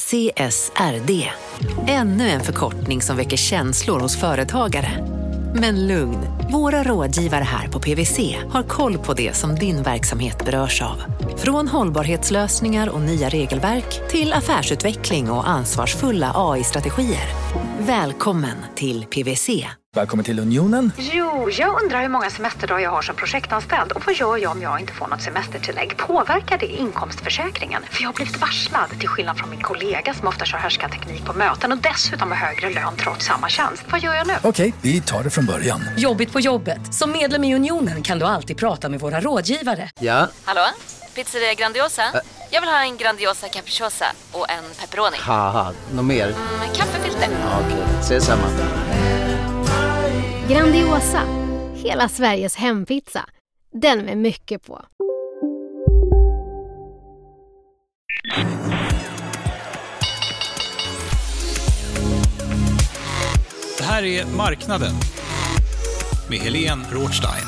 CSRD. Ännu en förkortning som väcker känslor hos företagare. Men lugn, våra rådgivare här på PwC har koll på det som din verksamhet berörs av. Från hållbarhetslösningar och nya regelverk till affärsutveckling och ansvarsfulla AI-strategier. Välkommen till PwC. Välkommen till Unionen. Jo, jag undrar hur många semesterdagar jag har som projektanställd och vad gör jag om jag inte får något semestertillägg? Påverkar det inkomstförsäkringen? För jag har blivit varslad, till skillnad från min kollega som ofta kör härskarteknik på möten och dessutom har högre lön trots samma tjänst. Vad gör jag nu? Okej, vi tar det från början. Jobbigt på jobbet. Som medlem i Unionen kan du alltid prata med våra rådgivare. Ja? Hallå? Pizzeria Grandiosa? Jag vill ha en Grandiosa capriciosa och en pepperoni. Haha, något mer? Kaffefilter. Ja, okej, ses samma. Grandiosa, hela Sveriges hempizza. Den med mycket på. Det här är Marknaden med Helene Rothstein.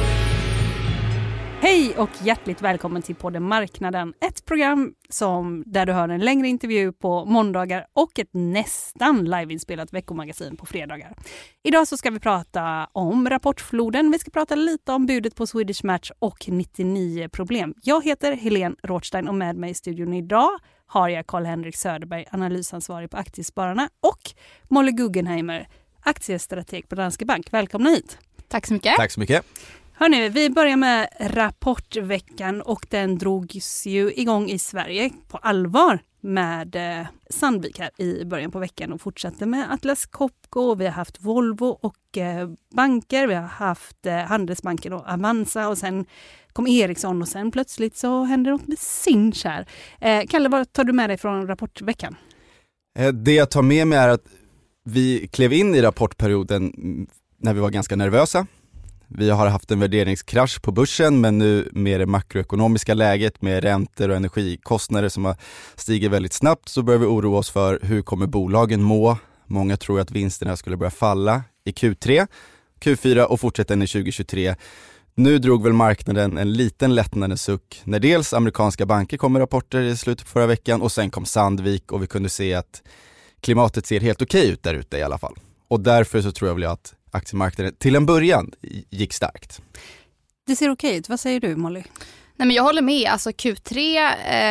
Hej och hjärtligt välkommen till podden Marknaden. Ett program där du hör en längre intervju på måndagar och ett nästan liveinspelat veckomagasin på fredagar. Idag så ska vi prata om rapportfloden. Vi ska prata lite om budet på Swedish Match och 99 problem. Jag heter Helene Rothstein och med mig i studion idag har jag Carl-Henrik Söderberg, analysansvarig på Aktiespararna, och Molly Guggenheimer, aktiestrateg på Danske Bank. Välkomna hit. Tack så mycket. Tack så mycket. Hörrni, vi börjar med rapportveckan och den drogs ju igång i Sverige på allvar med Sandvik här i början på veckan och fortsatte med Atlas Copco. Vi har haft Volvo och banker, vi har haft Handelsbanken och Avanza och sen kom Ericsson och sen plötsligt så hände något med Sinch här. Kalle, vad tar du med dig från rapportveckan? Det jag tar med mig är att vi klev in i rapportperioden när vi var ganska nervösa. Vi har haft en värderingskrasch på börsen, men nu med det makroekonomiska läget med räntor och energikostnader som har stigit väldigt snabbt så börjar vi oroa oss för hur kommer bolagen må. Många tror att vinsterna skulle börja falla i Q3, Q4 och fortsätta in i 2023. Nu drog väl marknaden en liten lättnadens suck när dels amerikanska banker kom med rapporter i slutet på förra veckan och sen kom Sandvik och vi kunde se att klimatet ser helt okej ut där ute i alla fall. Och därför så tror jag väl att aktiemarknaden till en början gick starkt. Det ser okej ut. Vad säger du, Molly? Nej, men jag håller med. Alltså Q3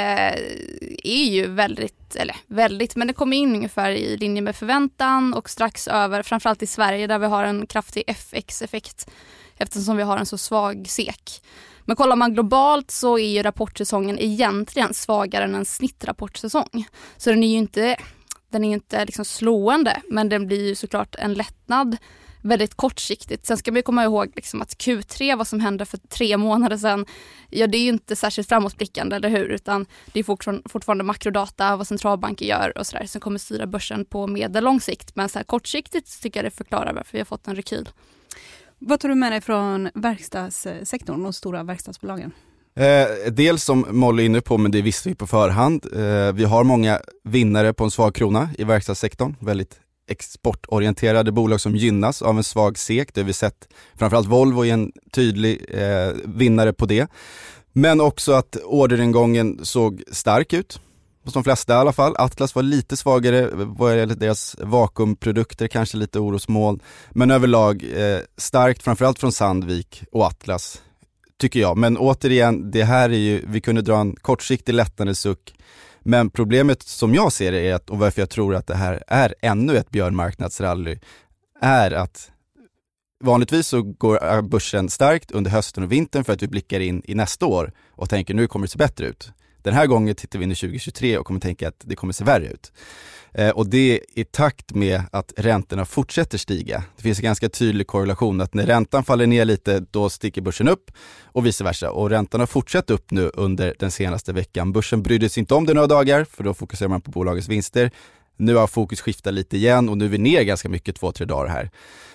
är ju väldigt, men det kommer in ungefär i linje med förväntan och strax över, framförallt i Sverige där vi har en kraftig FX-effekt eftersom vi har en så svag SEK. Men kollar man globalt så är ju rapportsäsongen egentligen svagare än en snittrapportsäsong. Så den är ju inte liksom slående, men den blir ju såklart en lättnad väldigt kortsiktigt. Sen ska vi komma ihåg liksom att Q3, vad som hände för 3 månader sedan, ja det är ju inte särskilt framåtblickande, eller hur? Utan det är fortfarande makrodata, vad centralbanker gör och sådär som kommer styra börsen på medellång sikt. Men så här kortsiktigt tycker jag det förklarar varför vi har fått en rekyl. Vad tar du med dig från verkstadssektorn och stora verkstadsbolagen? Dels som Molly är inne på, men det visste vi på förhand. Vi har många vinnare på en svag krona i verkstadssektorn. Väldigt exportorienterade bolag som gynnas av en svag SEK. Det har vi sett framförallt Volvo är en tydlig vinnare på det. Men också att orderingången såg stark ut. Hos de flesta i alla fall. Atlas var lite svagare vad gäller deras vakuumprodukter, kanske lite orosmoln. Men överlag starkt framförallt från Sandvik och Atlas tycker jag. Men återigen, det här är ju, vi kunde dra en kortsiktig lättnadens suck. Men problemet som jag ser det är att, och varför jag tror att det här är ännu ett björnmarknadsrally, är att vanligtvis så går börsen starkt under hösten och vintern för att vi blickar in i nästa år och tänker nu kommer det se bättre ut. Den här gången tittar vi in i 2023 och kommer tänka att det kommer se värre ut. Och det är i takt med att räntorna fortsätter stiga. Det finns en ganska tydlig korrelation att när räntan faller ner lite då sticker börsen upp och vice versa. Och räntan har fortsatt upp nu under den senaste veckan. Börsen brydde sig inte om det några dagar för då fokuserar man på bolagets vinster. Nu har fokus skiftat lite igen och nu är vi ner ganska mycket 2-3 dagar här.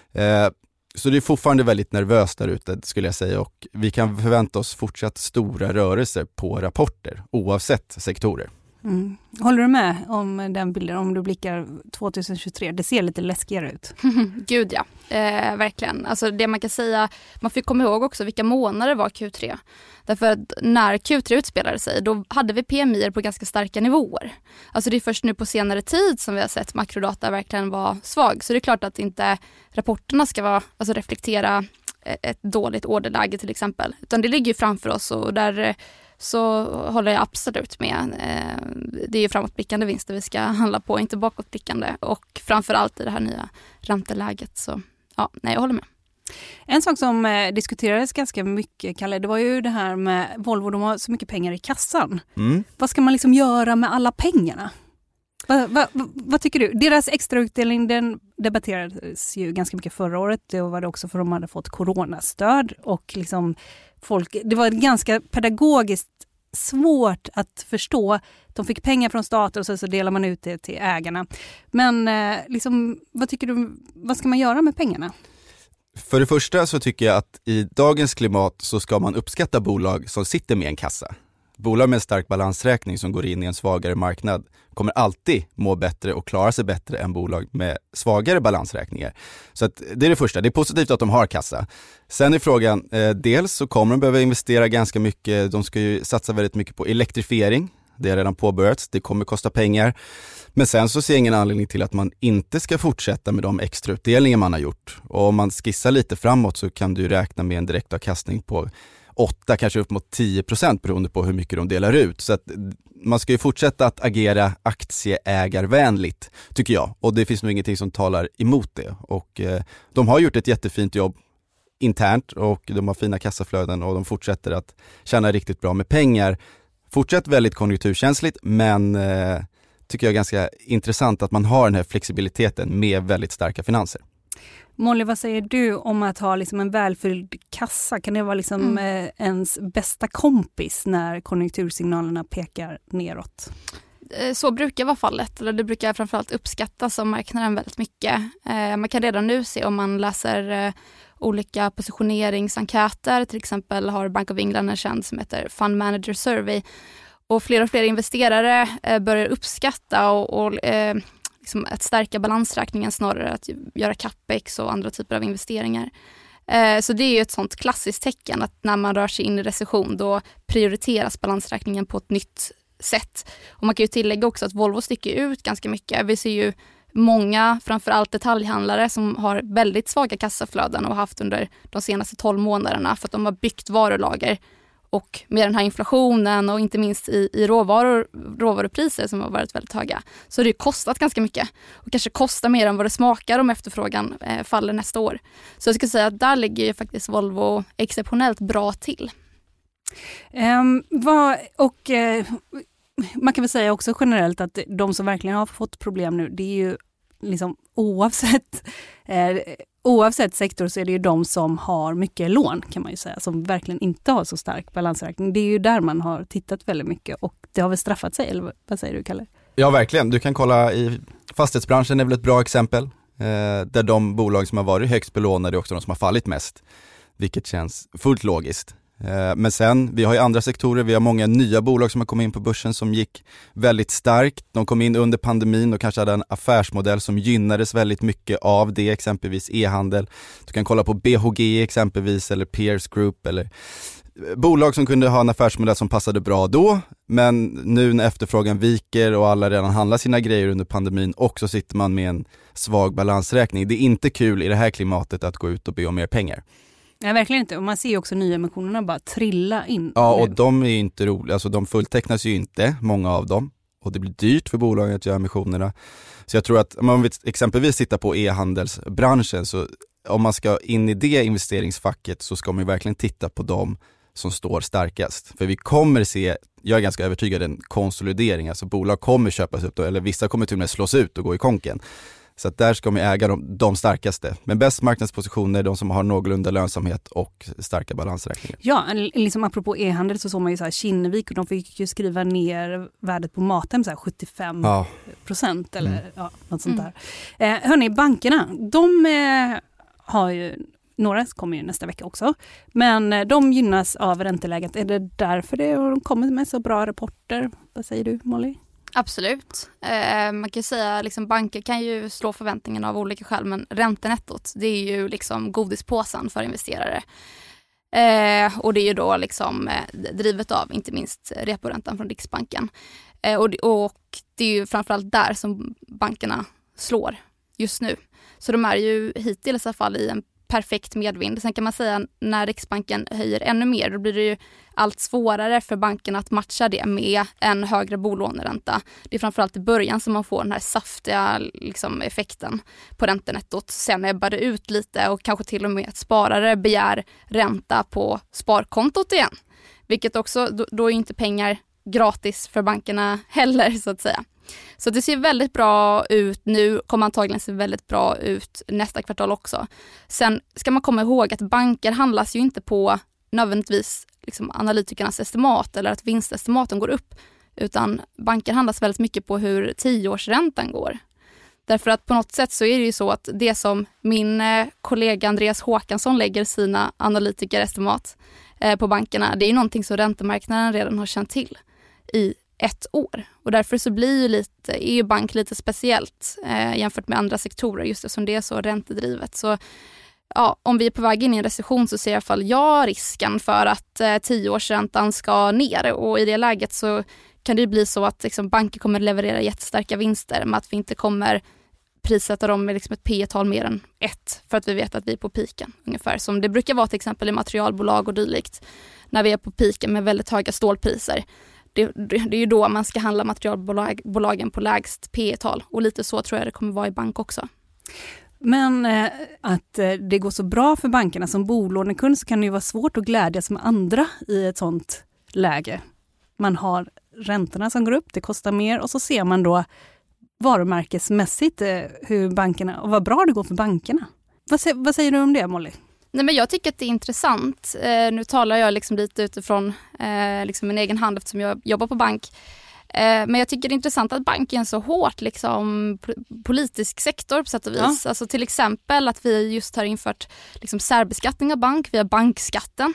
Så det är fortfarande väldigt nervöst där ute skulle jag säga och vi kan förvänta oss fortsatt stora rörelser på rapporter oavsett sektorer. Håller du med om den bilden om du blickar 2023? Det ser lite läskigare ut. Gud ja, verkligen. Alltså det man kan säga, man får komma ihåg också vilka månader var Q3. Därför att när Q3 utspelade sig, då hade vi PMI på ganska starka nivåer. Alltså det är först nu på senare tid som vi har sett makrodata verkligen vara svag. Så det är klart att inte rapporterna ska reflektera ett dåligt orderläge till exempel. Utan det ligger ju framför oss och där så håller jag absolut med. Det är ju framåtblickande vinster vi ska handla på, inte bakåtblickande. Och framförallt i det här nya ränteläget. Så ja, nej, jag håller med. En sak som diskuterades ganska mycket, Kalle, det var ju det här med Volvo, de har så mycket pengar i kassan. Vad ska man liksom göra med alla pengarna? Vad tycker du? Deras extrautdelning, den debatterades ju ganska mycket förra året. Det var det också för att de hade fått coronastöd och liksom det var ganska pedagogiskt svårt att förstå. De fick pengar från staten och så delar man ut det till ägarna. Men vad tycker du, vad ska man göra med pengarna? För det första så tycker jag att i dagens klimat så ska man uppskatta bolag som sitter med en kassa. Bolag med en stark balansräkning som går in i en svagare marknad kommer alltid må bättre och klara sig bättre än bolag med svagare balansräkningar. Så att det är det första. Det är positivt att de har kassa. Sen är frågan, dels så kommer de behöva investera ganska mycket. De ska ju satsa väldigt mycket på elektrifiering. Det är redan påbörjats. Det kommer kosta pengar. Men sen så ser jag ingen anledning till att man inte ska fortsätta med de extra utdelningar man har gjort. Och om man skissar lite framåt så kan du räkna med en direktavkastning på 8, kanske upp mot 10% beroende på hur mycket de delar ut. Så att man ska ju fortsätta att agera aktieägarvänligt, tycker jag. Och det finns nog ingenting som talar emot det. Och de har gjort ett jättefint jobb internt och de har fina kassaflöden och de fortsätter att tjäna riktigt bra med pengar. Fortsatt väldigt konjunkturkänsligt, men tycker jag är ganska intressant att man har den här flexibiliteten med väldigt starka finanser. Molly, vad säger du om att ha liksom en välfylld kassa? Kan det vara liksom ens bästa kompis när konjunktursignalerna pekar neråt? Så brukar vara fallet, eller det brukar framförallt uppskattas av marknaden väldigt mycket. Man kan redan nu se om man läser olika positioneringsenkäter, till exempel har Bank of England en tjänst som heter Fund Manager Survey, och fler investerare börjar uppskatta och liksom att stärka balansräkningen snarare att göra capex och andra typer av investeringar. Så det är ju ett sånt klassiskt tecken att när man rör sig in i recession då prioriteras balansräkningen på ett nytt sätt. Och man kan ju tillägga också att Volvo sticker ut ganska mycket. Vi ser ju många, framförallt detaljhandlare, som har väldigt svaga kassaflöden och har haft under de senaste 12 månaderna för att de har byggt varulager. Och med den här inflationen och inte minst i råvarupriser som har varit väldigt höga, så har det kostat ganska mycket. Och kanske kostar mer än vad det smakar om efterfrågan faller nästa år. Så jag skulle säga att där ligger ju faktiskt Volvo exceptionellt bra till. Man kan väl säga också generellt att de som verkligen har fått problem nu, det är ju liksom oavsett sektor så är det ju de som har mycket lån, kan man ju säga, som verkligen inte har så stark balansräkning. Det är ju där man har tittat väldigt mycket och det har väl straffat sig, eller vad säger du, Kalle? Ja, verkligen. Du kan kolla i fastighetsbranschen, är väl ett bra exempel. Där de bolag som har varit högst belånade är också de som har fallit mest. Vilket känns fullt logiskt. Men sen, vi har ju andra sektorer, vi har många nya bolag som har kommit in på börsen som gick väldigt starkt. De kom in under pandemin och kanske hade en affärsmodell som gynnades väldigt mycket av det, exempelvis e-handel. Du kan kolla på BHG exempelvis, eller Peers Group, eller bolag som kunde ha en affärsmodell som passade bra då, men nu när efterfrågan viker och alla redan handlar sina grejer under pandemin, också sitter man med en svag balansräkning. Det är inte kul i det här klimatet att gå ut och be om mer pengar. Nej, verkligen inte. Och man ser ju också nyemissionerna bara trilla in. Ja, och de är ju inte roliga. Alltså de fulltecknas ju inte, många av dem. Och det blir dyrt för bolagen att göra emissionerna. Så jag tror att om man vill exempelvis titta på e-handelsbranschen, så om man ska in i det investeringsfacket så ska man ju verkligen titta på dem som står starkast. För vi kommer se, jag är ganska övertygad, en konsolidering. Alltså bolag kommer köpas upp, eller vissa kommer till och med slås ut och gå i konken. Så att där ska man äga de starkaste. Men bäst marknadspositioner är de som har någorlunda lönsamhet och starka balansräkningar. Ja, liksom apropå e-handel så såg man ju så här Kinnevik, och de fick ju skriva ner värdet på Mathem så här 75% eller något sånt där. Hörni, bankerna, de har ju, några kommer ju nästa vecka också, men de gynnas av ränteläget. Är det därför det har kommit med så bra rapporter? Vad säger du, Molly? Absolut. Man kan säga liksom banker kan ju slå förväntningarna av olika skäl, men räntenettot, det är ju liksom godispåsen för investerare. Och det är ju då liksom drivet av inte minst reporäntan från Riksbanken. Och det är ju framförallt där som bankerna slår just nu. Så de är ju hittills i alla fall i en perfekt medvind. Sen kan man säga när Riksbanken höjer ännu mer, då blir det ju allt svårare för bankerna att matcha det med en högre bolåneränta. Det är framförallt i början som man får den här saftiga liksom, effekten på räntenettot. Sen ebbar det ut lite och kanske till och med att sparare begär ränta på sparkontot igen. Vilket också, då är inte pengar gratis för bankerna heller så att säga. Så det ser väldigt bra ut nu, kommer antagligen se väldigt bra ut nästa kvartal också. Sen ska man komma ihåg att banker handlas ju inte på nödvändigtvis liksom analytikernas estimat eller att vinstestimaten går upp, utan banker handlas väldigt mycket på hur 10-årsräntan går. Därför att på något sätt så är det ju så att det som min kollega Andreas Håkansson lägger sina analytikerestimat på bankerna, det är ju någonting som räntemarknaden redan har känt till i 1 år. Och därför så blir ju bank lite speciellt jämfört med andra sektorer just eftersom det är så räntedrivet. Så ja, om vi är på väg in i en recession så ser i alla fall jag risken för att 10-årsräntan ska ner, och i det läget så kan det bli så att liksom, banker kommer leverera jättestarka vinster med att vi inte kommer prissätta dem med liksom ett P-tal mer än 1 för att vi vet att vi är på piken ungefär. Som det brukar vara till exempel i materialbolag och dylikt när vi är på piken med väldigt höga stålpriser. Det är ju då man ska handla materialbolagen på lägst P-tal, och lite så tror jag det kommer vara i bank också. Men att det går så bra för bankerna som bolånekund, så kan det ju vara svårt att glädjas med andra i ett sånt läge. Man har räntorna som går upp, det kostar mer, och så ser man då varumärkesmässigt hur bankerna, och vad bra det går för bankerna. Vad säger du om det, Molly? Nej, men jag tycker att det är intressant. Nu talar jag liksom lite utifrån liksom min egen hand eftersom jag jobbar på bank. Men jag tycker det är intressant att banken är en så hårt liksom, politisk sektor på sätt och vis. Ja. Alltså till exempel att vi just har infört liksom, särbeskattning av bank via bankskatten.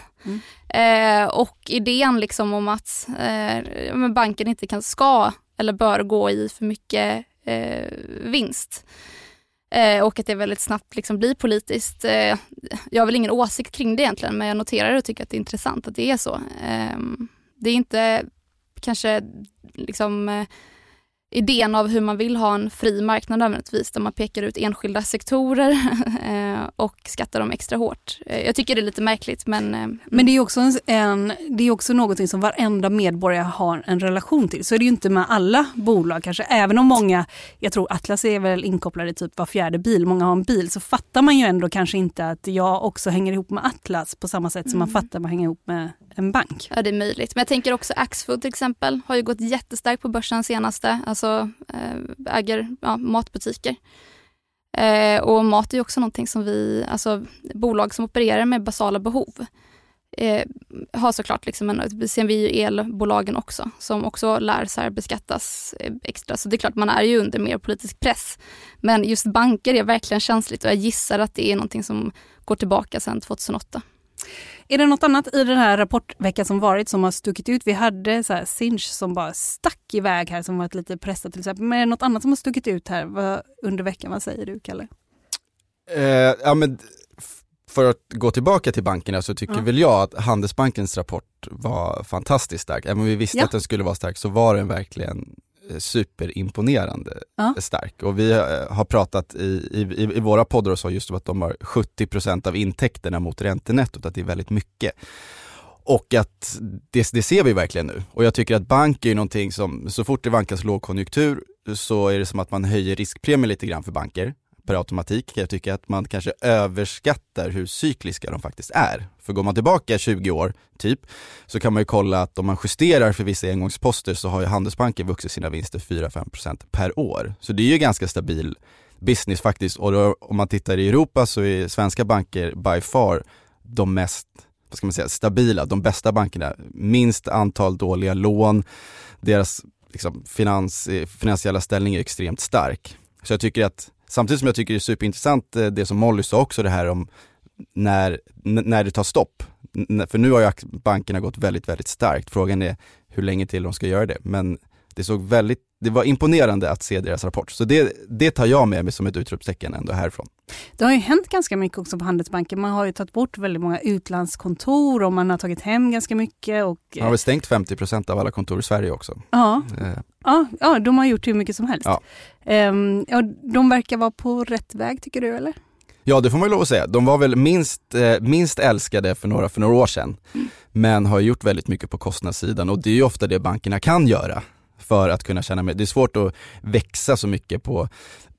Och idén liksom, om att banken inte ska eller bör gå i för mycket vinst. Och att det väldigt snabbt liksom blir politiskt. Jag har väl ingen åsikt kring det egentligen, men jag noterar och tycker att det är intressant att det är så. Det är inte kanske liksom idén av hur man vill ha en fri marknad nödvändigtvis, där man pekar ut enskilda sektorer och skattar dem extra hårt. Jag tycker det är lite märkligt, men det är också det är också något som varenda medborgare har en relation till. Så är det ju inte med alla bolag kanske, även om många, jag tror Atlas är väl inkopplade i typ var 4:e bil, många har en bil, så fattar man ju ändå kanske inte att jag också hänger ihop med Atlas på samma sätt som man fattar man hänger ihop med en bank. Ja, det är möjligt. Men jag tänker också Axfood till exempel har ju gått jättestarkt på börsen senaste, alltså äger matbutiker. Och mat är ju också någonting som alltså bolag som opererar med basala behov har såklart liksom sen vi ju elbolagen också, som också lär sig beskattas extra. Så det är klart man är ju under mer politisk press. Men just banker är verkligen känsligt, och jag gissar att det är någonting som går tillbaka sedan 2008. Är det något annat i den här rapportveckan som varit som har stuckit ut? Vi hade så här Sinch som bara stack iväg här, som varit lite pressat till exempel. Men är det något annat som har stuckit ut här under veckan? Vad säger du, Kalle? Ja, men för att gå tillbaka till bankerna så tycker väl jag att Handelsbankens rapport var fantastiskt stark. Även om vi visste att den skulle vara stark, så var den verkligen superimponerande stark. Och vi har pratat i våra poddar och så just om att de har 70% av intäkterna mot räntenettot, att det är väldigt mycket. Och att det ser vi verkligen nu. Och jag tycker att bank är någonting som, så fort det vankas lågkonjunktur så är det som att man höjer riskpremien lite grann för banker per automatik. Jag tycker att man kanske överskattar hur cykliska de faktiskt är. För går man tillbaka 20 år typ, så kan man ju kolla att om man justerar för vissa engångsposter så har ju Handelsbanken vuxit sina vinster 4-5% per år. Så det är ju ganska stabil business faktiskt. Och då, om man tittar i Europa så är svenska banker by far de mest, vad ska man säga, stabila, de bästa bankerna. Minst antal dåliga lån, deras liksom, finansiella ställning är extremt stark. Så jag tycker att, samtidigt som jag tycker det är superintressant det som Molly sa också, det här om när det tar stopp. För nu har ju bankerna gått väldigt, väldigt starkt. Frågan är hur länge till de ska göra det. Men det såg väldigt det var imponerande att se deras rapport. Så det tar jag med mig som ett utropstecken ändå härifrån. Det har ju hänt ganska mycket också på Handelsbanken. Man har ju tagit bort väldigt många utlandskontor och man har tagit hem ganska mycket. Och man har väl stängt 50% av alla kontor i Sverige också. Ja, ja, de har gjort hur mycket som helst. Ja. De verkar vara på rätt väg, tycker du, eller? Ja, det får man ju lov att säga. De var väl minst älskade för några år sedan. Men har gjort väldigt mycket på kostnadssidan. Och det är ju ofta det bankerna kan göra för att kunna tjäna mer. Det är svårt att växa så mycket på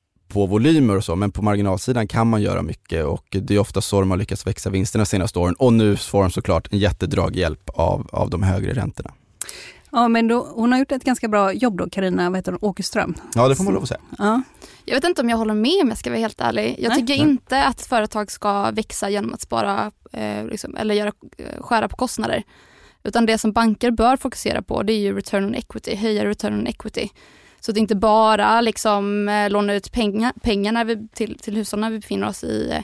volymer och så, men på marginalsidan kan man göra mycket och det är ofta så de har lyckats växa vinsterna senaste åren. Och nu får de såklart en jättedraghjälp av de högre räntorna. Ja, men hon har gjort ett ganska bra jobb då, Carina Åkerström. Ja, det får man lov att säga. Ja. Jag vet inte om jag håller med, om jag ska vara helt ärlig. Jag tycker inte att företag ska växa genom att spara eller skära på kostnader. Utan det som banker bör fokusera på, det är ju return on equity, höja return on equity. Så det är inte bara låna ut pengar till hushållen när vi befinner oss i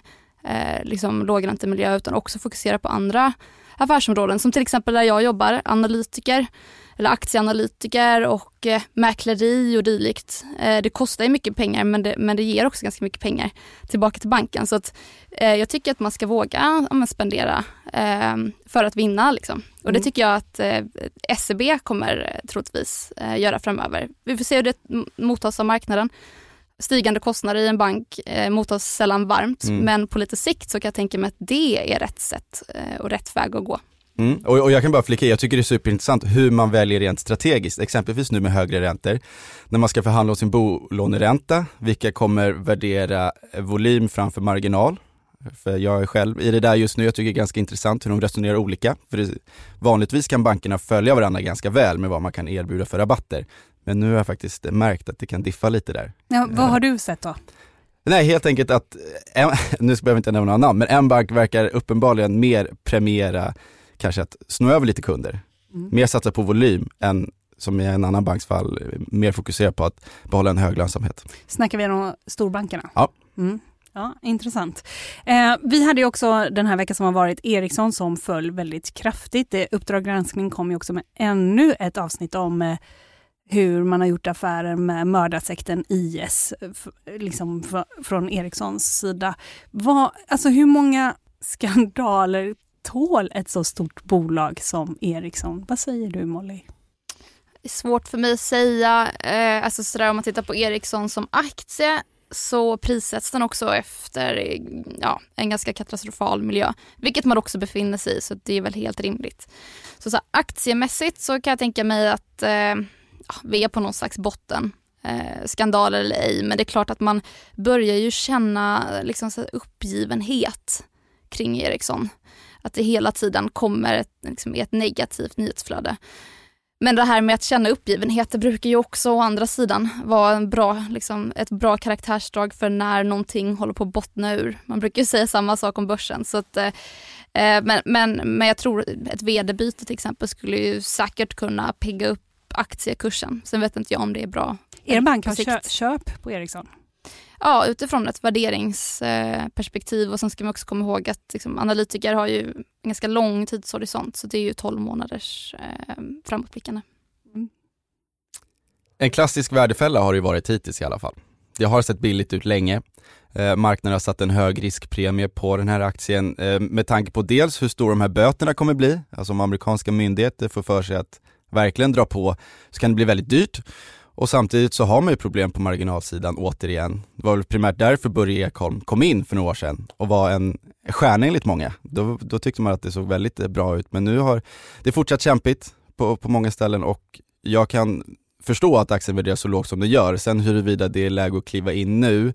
lågräntemiljö, utan också fokusera på andra affärsområden. Som till exempel där jag jobbar, analytiker eller aktieanalytiker och mäkleri och dylikt. Det kostar ju mycket pengar, men det ger också ganska mycket pengar tillbaka till banken. Så att, jag tycker att man ska våga spendera för att vinna. Liksom. Och det tycker jag att SEB kommer troligtvis göra framöver. Vi får se hur det mottas av marknaden. Stigande kostnader i en bank mottas sällan varmt, men på lite sikt så kan jag tänka mig att det är rätt sätt och rätt väg att gå. Och jag kan bara flika, jag tycker det är superintressant hur man väljer rent strategiskt, exempelvis nu med högre räntor. När man ska förhandla om sin bolåneränta, vilka kommer värdera volym framför marginal? För jag är själv i det där just nu, jag tycker det är ganska intressant hur de resonerar olika. För vanligtvis kan bankerna följa varandra ganska väl med vad man kan erbjuda för rabatter. Men nu har jag faktiskt märkt att det kan diffa lite där. Ja, vad har du sett då? Nej, helt enkelt att, nu behöver jag inte nämna några namn, men en bank verkar uppenbarligen mer premiera kanske att snå över lite kunder. Mer satsa på volym än som i en annan banks fall mer fokusera på att behålla en hög lönsamhet. Snackar vi om storbankerna? Ja. Ja, intressant. Vi hade ju också den här veckan som har varit Ericsson som föll väldigt kraftigt. Uppdrag granskning kom ju också med ännu ett avsnitt om hur man har gjort affärer med mördarsekten IS från Ericssons sida. Hur många skandaler tål ett så stort bolag som Ericsson? Vad säger du, Molly? Det är svårt för mig att säga. Om man tittar på Ericsson som aktie så prissätts den också efter en ganska katastrofal miljö. Vilket man också befinner sig i, så det är väl helt rimligt. Så aktiemässigt så kan jag tänka mig att vi är på någon slags botten. Skandaler eller ej. Men det är klart att man börjar ju känna uppgivenhet kring Ericsson. Att det hela tiden kommer ett negativt nyhetsflöde. Men det här med att känna uppgivenhet, det brukar ju också å andra sidan vara ett bra karaktärsdrag för när någonting håller på att bottna ur. Man brukar ju säga samma sak om börsen. Så att, men jag tror ett vd-byte till exempel skulle ju säkert kunna pigga upp aktiekursen. Sen vet inte jag om det är bra. Er bank har köp på Ericsson? Ja, utifrån ett värderingsperspektiv, och sen ska man också komma ihåg att analytiker har ju en ganska lång tidshorisont, så det är ju 12 månaders framåtblickande. En klassisk värdefälla har det ju varit hittills i alla fall. Det har sett billigt ut länge. Marknaden har satt en hög riskpremie på den här aktien med tanke på dels hur stora de här böterna kommer bli. Alltså om amerikanska myndigheter får för sig att verkligen dra på, så kan det bli väldigt dyrt. Och samtidigt så har man ju problem på marginalsidan återigen. Det var väl primärt därför Börje Ekholm kom in för några år sedan och var en stjärna enligt många. Då tyckte man att det såg väldigt bra ut. Men nu har det fortsatt kämpigt på många ställen, och jag kan förstå att aktien värderas så lågt som det gör. Sen huruvida det är läge att kliva in nu,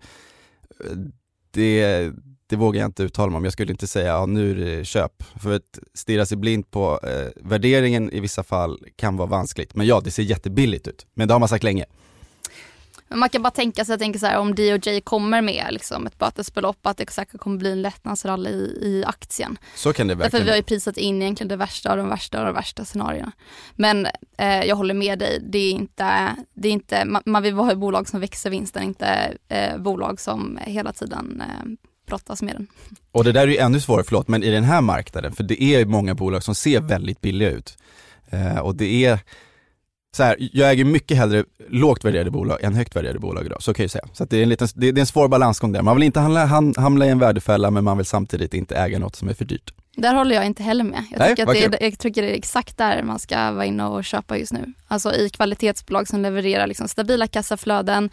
det vågar jag inte uttala mig om. Jag skulle inte säga nu är det köp. För att stirra sig blind på värderingen i vissa fall kan vara vanskligt. Men ja, det ser jättebilligt ut. Men det har man sagt länge. Men man kan bara tänka sig så här, om DOJ kommer med ett bötesbelopp, att det säkert kommer bli en lättnadsrally i aktien. Så kan det verkligen. Därför vi har ju prisat in egentligen det värsta av de värsta scenarierna. Men jag håller med dig, det är inte man vill ha bolag som växer vinsten, inte bolag som hela tiden brottas med den. Och det där är ju ännu svårare, men i den här marknaden, för det är många bolag som ser väldigt billiga ut. Och det är så här, jag äger mycket hellre lågt värderade bolag än högt värderade bolag idag, så kan jag säga. Så att det är en svår balansgång där. Man vill inte hamna i en värdefälla, men man vill samtidigt inte äga något som är för dyrt. Där håller jag inte heller med. Jag tycker det är exakt där man ska vara inne och köpa just nu. Alltså i kvalitetsbolag som levererar liksom stabila kassaflöden,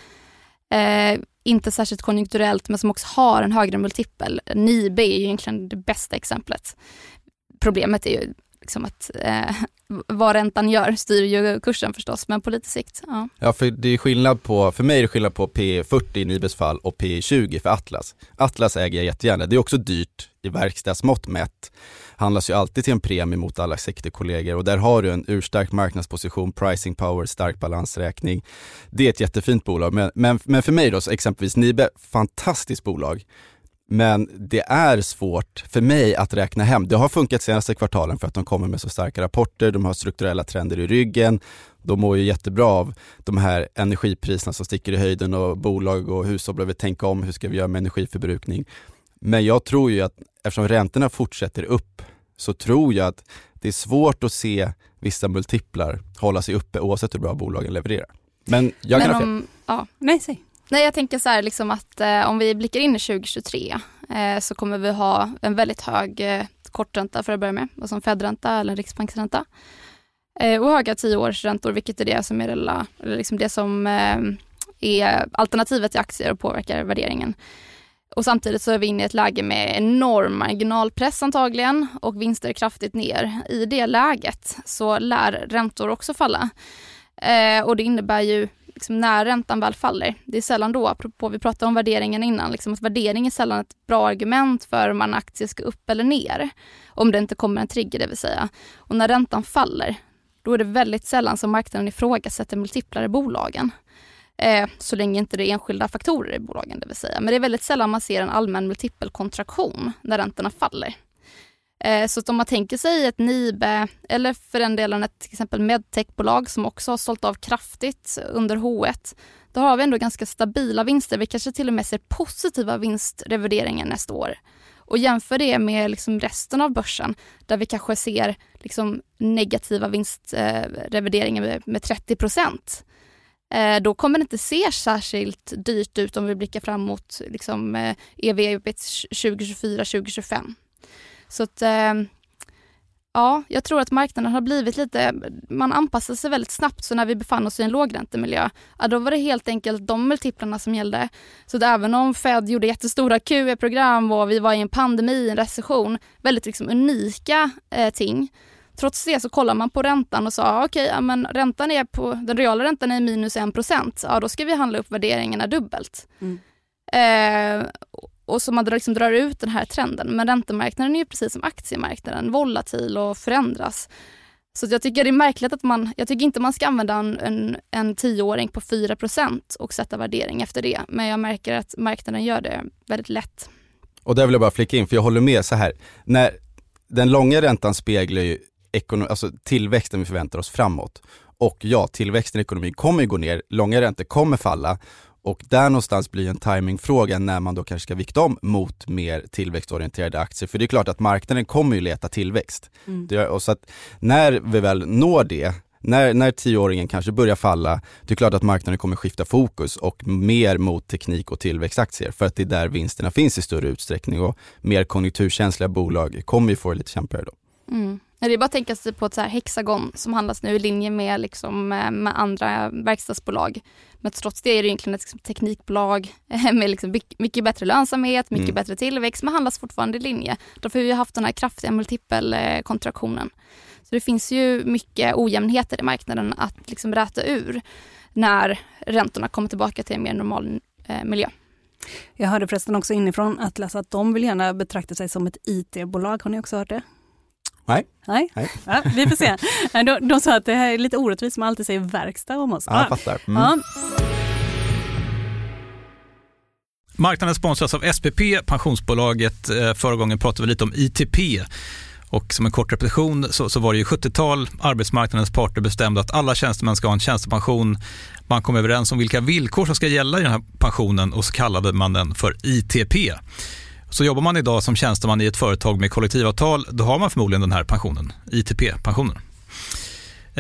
inte särskilt konjunkturellt, men som också har en högre multipel. Nibe är ju egentligen det bästa exemplet. Problemet är ju liksom att vad räntan gör styr ju kursen förstås, men på lite sikt. Ja, för det är skillnad på, för mig är det skillnad på P40 i Nibes fall och P20 för Atlas. Atlas äger jag jättegärna. Det är också dyrt i verkstadsmått mätt. Handlas ju alltid till en premie mot alla sektorkollegor, och där har du en urstark marknadsposition, pricing power, stark balansräkning. Det är ett jättefint bolag, men för mig då, så exempelvis Nibe, fantastiskt bolag. Men det är svårt för mig att räkna hem. Det har funkat senaste kvartalen för att de kommer med så starka rapporter. De har strukturella trender i ryggen. De mår ju jättebra av de här energipriserna som sticker i höjden, och bolag och hushåll behöver tänka om hur ska vi göra med energiförbrukning. Men jag tror ju att eftersom räntorna fortsätter upp, så tror jag att det är svårt att se vissa multiplar hålla sig uppe oavsett hur bra bolagen levererar. Men jag kan ha fel. Nej, jag tänker så här liksom att om vi blickar in i 2023 så kommer vi ha en väldigt hög kortränta för att börja med, alltså en Fed-ränta eller en riksbanksränta. Och höga 10-årsräntor, vilket är det som är liksom det som är alternativet till aktier och påverkar värderingen. Och samtidigt så är vi inne i ett läge med enorm marginalpress antagligen och vinster kraftigt ner. I det läget så lär räntor också falla. Och det innebär ju liksom när räntan väl faller, det är sällan då, apropå vi pratade om värderingen innan, liksom att värdering är sällan ett bra argument för om en aktie ska upp eller ner, om det inte kommer en trigger, det vill säga. Och när räntan faller, då är det väldigt sällan som marknaden ifrågasätter multiplar i bolagen. Så länge inte det är enskilda faktorer i bolagen, det vill säga. Men det är väldigt sällan man ser en allmän multipelkontraktion när räntorna faller. Så att om man tänker sig ett Nibe eller för den delen ett till exempel medtechbolag som också har sålt av kraftigt under H1, då har vi ändå ganska stabila vinster. Vi kanske till och med ser positiva vinstrevideringar nästa år. Och jämför det med liksom resten av börsen där vi kanske ser liksom negativa vinstrevideringar med 30%. Då kommer det inte se särskilt dyrt ut om vi blickar fram mot liksom, EV/EBIT 2024-2025. Så att, ja, jag tror att marknaden har blivit lite, man anpassar sig väldigt snabbt, så när vi befann oss i en lågräntemiljö, då var det helt enkelt de multiplarna som gällde. Så att även om Fed gjorde jättestora QE-program och vi var i en pandemi, en recession, väldigt liksom unika ting. Trots det så kollar man på räntan och sa okej, men räntan är på, den reala räntan är minus 1%. Ja, då ska vi handla upp värderingarna dubbelt. Och så man liksom drar ut den här trenden. Men räntemarknaden är ju precis som aktiemarknaden, volatil och förändras. Så jag tycker det är märkligt att jag tycker inte man ska använda en 10-åring på 4% och sätta värdering efter det. Men jag märker att marknaden gör det väldigt lätt. Och där vill jag bara flika in, för jag håller med så här. När den långa räntan speglar ju alltså tillväxten vi förväntar oss framåt. Och ja, tillväxten i ekonomin kommer ju gå ner, långa räntor kommer falla, och där någonstans blir en timingfråga när man då kanske ska vikta om mot mer tillväxtorienterade aktier. För det är klart att marknaden kommer ju leta tillväxt. Och så att när vi väl når det, när 10-åringen kanske börjar falla, det är klart att marknaden kommer skifta fokus och mer mot teknik- och tillväxtaktier, för att det är där vinsterna finns i större utsträckning, och mer konjunkturkänsliga bolag kommer ju få det lite kämpigare då. Det är bara att tänka sig på ett så här Hexagon som handlas nu i linje med, liksom, med andra verkstadsbolag. Men trots det är det egentligen ett liksom, teknikbolag med liksom mycket bättre lönsamhet, mycket bättre tillväxt, men handlas fortfarande i linje. Därför har vi haft den här kraftiga multipelkontraktionen. Så det finns ju mycket ojämnheter i marknaden att liksom räta ur när räntorna kommer tillbaka till en mer normal miljö. Jag hörde förresten också inifrån Atlas att de vill gärna betrakta sig som ett IT-bolag. Har ni också hört det? Nej. Ja, vi får se. De sa att det här är lite orättvist, man alltid säger verkstad om oss. Ja, jag fattar. Ja. Marknaden sponsras av SPP, pensionsbolaget. Förra gången pratade vi lite om ITP. Och som en kort repetition så var det ju 70-tal. Arbetsmarknadens parter bestämde att alla tjänstemän ska ha en tjänstepension. Man kom överens om vilka villkor som ska gälla i den här pensionen, och så kallade man den för ITP. Så jobbar man idag som tjänsteman i ett företag med kollektivavtal, då har man förmodligen den här pensionen, ITP-pensionen.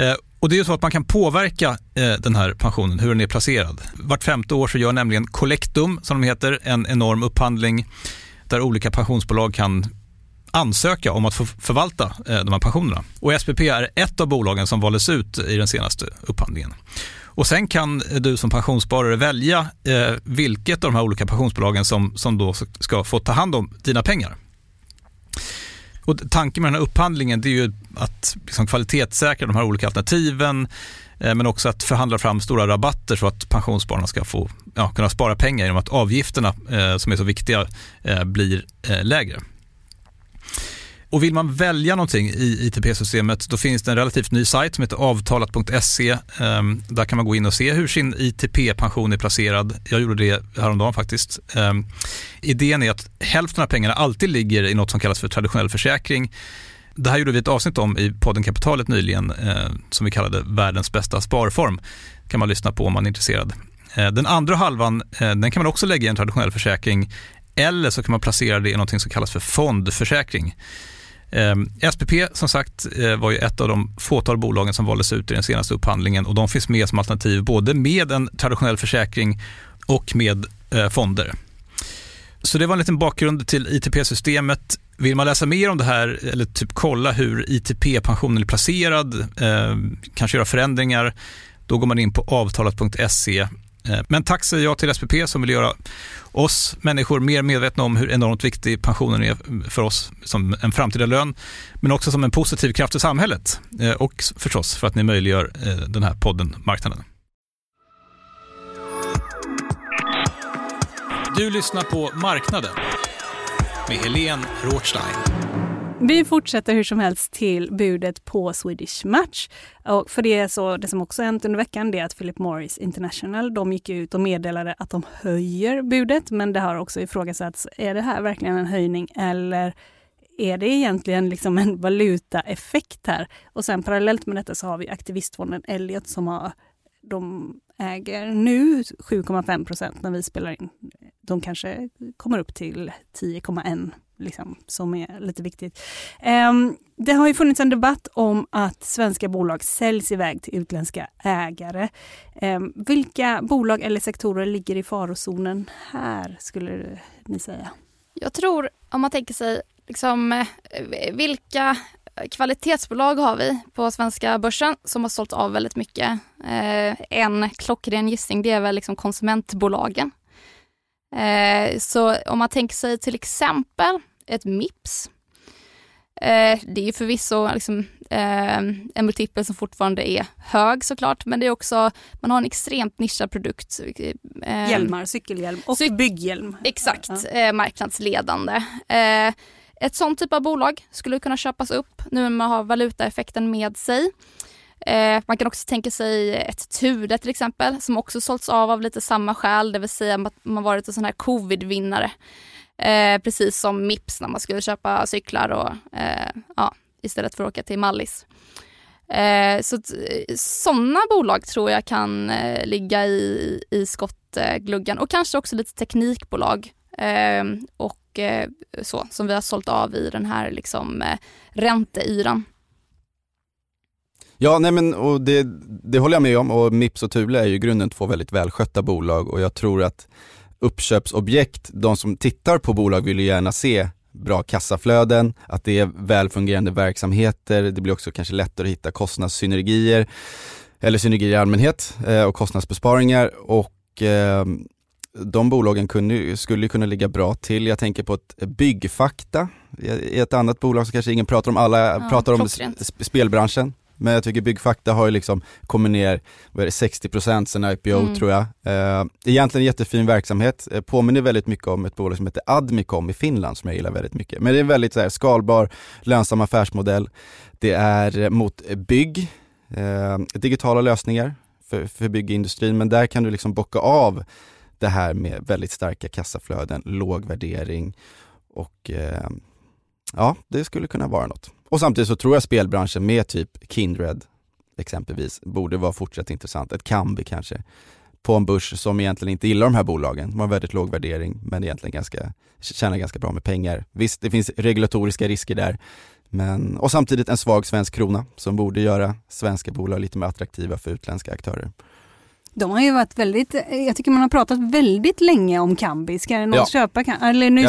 Och det är ju så att man kan påverka den här pensionen, hur den är placerad. Vart 5:e år så gör nämligen Collectum, som de heter, en enorm upphandling där olika pensionsbolag kan ansöka om att få förvalta de här pensionerna. Och SPP är ett av bolagen som valdes ut i den senaste upphandlingen. Och sen kan du som pensionssparare välja vilket av de här olika pensionsbolagen som då ska få ta hand om dina pengar. Och tanken med den här upphandlingen, det är ju att liksom kvalitetssäkra de här olika alternativen, men också att förhandla fram stora rabatter så att pensionsspararna ska få kunna spara pengar genom att avgifterna som är så viktiga blir lägre. Och vill man välja någonting i ITP-systemet, då finns det en relativt ny sajt som heter avtalat.se. Där kan man gå in och se hur sin ITP-pension är placerad. Jag gjorde det häromdagen faktiskt. Idén är att hälften av pengarna alltid ligger i något som kallas för traditionell försäkring. Det här gjorde vi ett avsnitt om i podden Kapitalet nyligen, som vi kallade världens bästa sparform. Kan man lyssna på om man är intresserad. Den andra halvan, den kan man också lägga i en traditionell försäkring, eller så kan man placera det i något som kallas för fondförsäkring. SPP som sagt var ju ett av de fåtal bolagen som valdes ut i den senaste upphandlingen, och de finns med som alternativ både med en traditionell försäkring och med fonder. Så det var en liten bakgrund till ITP-systemet. Vill man läsa mer om det här eller typ kolla hur ITP-pensionen är placerad, kanske göra förändringar, då går man in på avtalat.se. Men tack säger jag till SPP som vill göra oss människor mer medvetna om hur enormt viktig pensionen är för oss som en framtida lön, men också som en positiv kraft i samhället, och förstås för att ni möjliggör den här podden Marknaden. Du lyssnar på Marknaden med Helene Rothstein. Vi fortsätter hur som helst till budet på Swedish Match. Och för det som också hänt under veckan, det är att Philip Morris International, de gick ut och meddelade att de höjer budet, men det har också ifrågasatts, är det här verkligen en höjning eller är det egentligen liksom en valutaeffekt här? Och sen parallellt med detta så har vi aktivistfonden Elliott som de äger nu 7,5% när vi spelar in. De kanske kommer upp till 10,1%. Liksom, som är lite viktigt. Det har ju funnits en debatt om att svenska bolag säljs iväg till utländska ägare. Vilka bolag eller sektorer ligger i farozonen här, skulle ni säga? Jag tror, om man tänker sig liksom, vilka kvalitetsbolag har vi på svenska börsen som har sålt av väldigt mycket. En klockren gissning, det är väl liksom konsumentbolagen. Så om man tänker sig till exempel ett Mips, det är ju förvisso liksom, en multipel som fortfarande är hög såklart, men det är också, man har en extremt nischad produkt. Hjälmar, cykelhjälm och bygghjälm. Exakt, marknadsledande. Ett sånt typ av bolag skulle kunna köpas upp nu när man har valutaeffekten med sig. Man kan också tänka sig ett Tude till exempel, som också sålts av lite samma skäl, det vill säga att man varit en sån här covid-vinnare. Precis som Mips när man skulle köpa cyklar och istället för att åka till Mallis. Så sådana bolag tror jag kan ligga i skottgluggan, och kanske också lite teknikbolag och så som vi har sålt av i den här liksom ränteyran. Ja, nej men, och det håller jag med om, och Mips och Thule är ju grunden två väldigt välskötta bolag, och jag tror att uppköpsobjekt, de som tittar på bolag vill ju gärna se bra kassaflöden, att det är välfungerande verksamheter, det blir också kanske lättare att hitta kostnadssynergier eller synergier i allmhet och kostnadsbesparingar, och de bolagen skulle kunna ligga bra till. Jag tänker på ett Byggfakta, ett annat bolag som kanske ingen pratar om, alla pratar om spelbranschen. Men jag tycker Byggfakta har ju liksom kommit ner 60% sen IPO tror jag. Egentligen en jättefin verksamhet. Påminner väldigt mycket om ett bolag som heter Admicom i Finland som jag gillar väldigt mycket. Men det är en väldigt så här skalbar, lönsam affärsmodell. Det är mot bygg, digitala lösningar för byggindustrin. Men där kan du liksom bocka av det här med väldigt starka kassaflöden, låg värdering och ja, det skulle kunna vara något. Och samtidigt så tror jag spelbranschen med typ Kindred exempelvis borde vara fortsatt intressant. Ett Kambi kanske på en börs som egentligen inte gillar de här bolagen. De har väldigt låg värdering men egentligen tjänar ganska bra med pengar. Visst, det finns regulatoriska risker där. Och samtidigt en svag svensk krona som borde göra svenska bolag lite mer attraktiva för utländska aktörer. De har ju varit väldigt, jag tycker man har pratat väldigt länge om Kambi. Ska någon köpa Kambi? Eller nu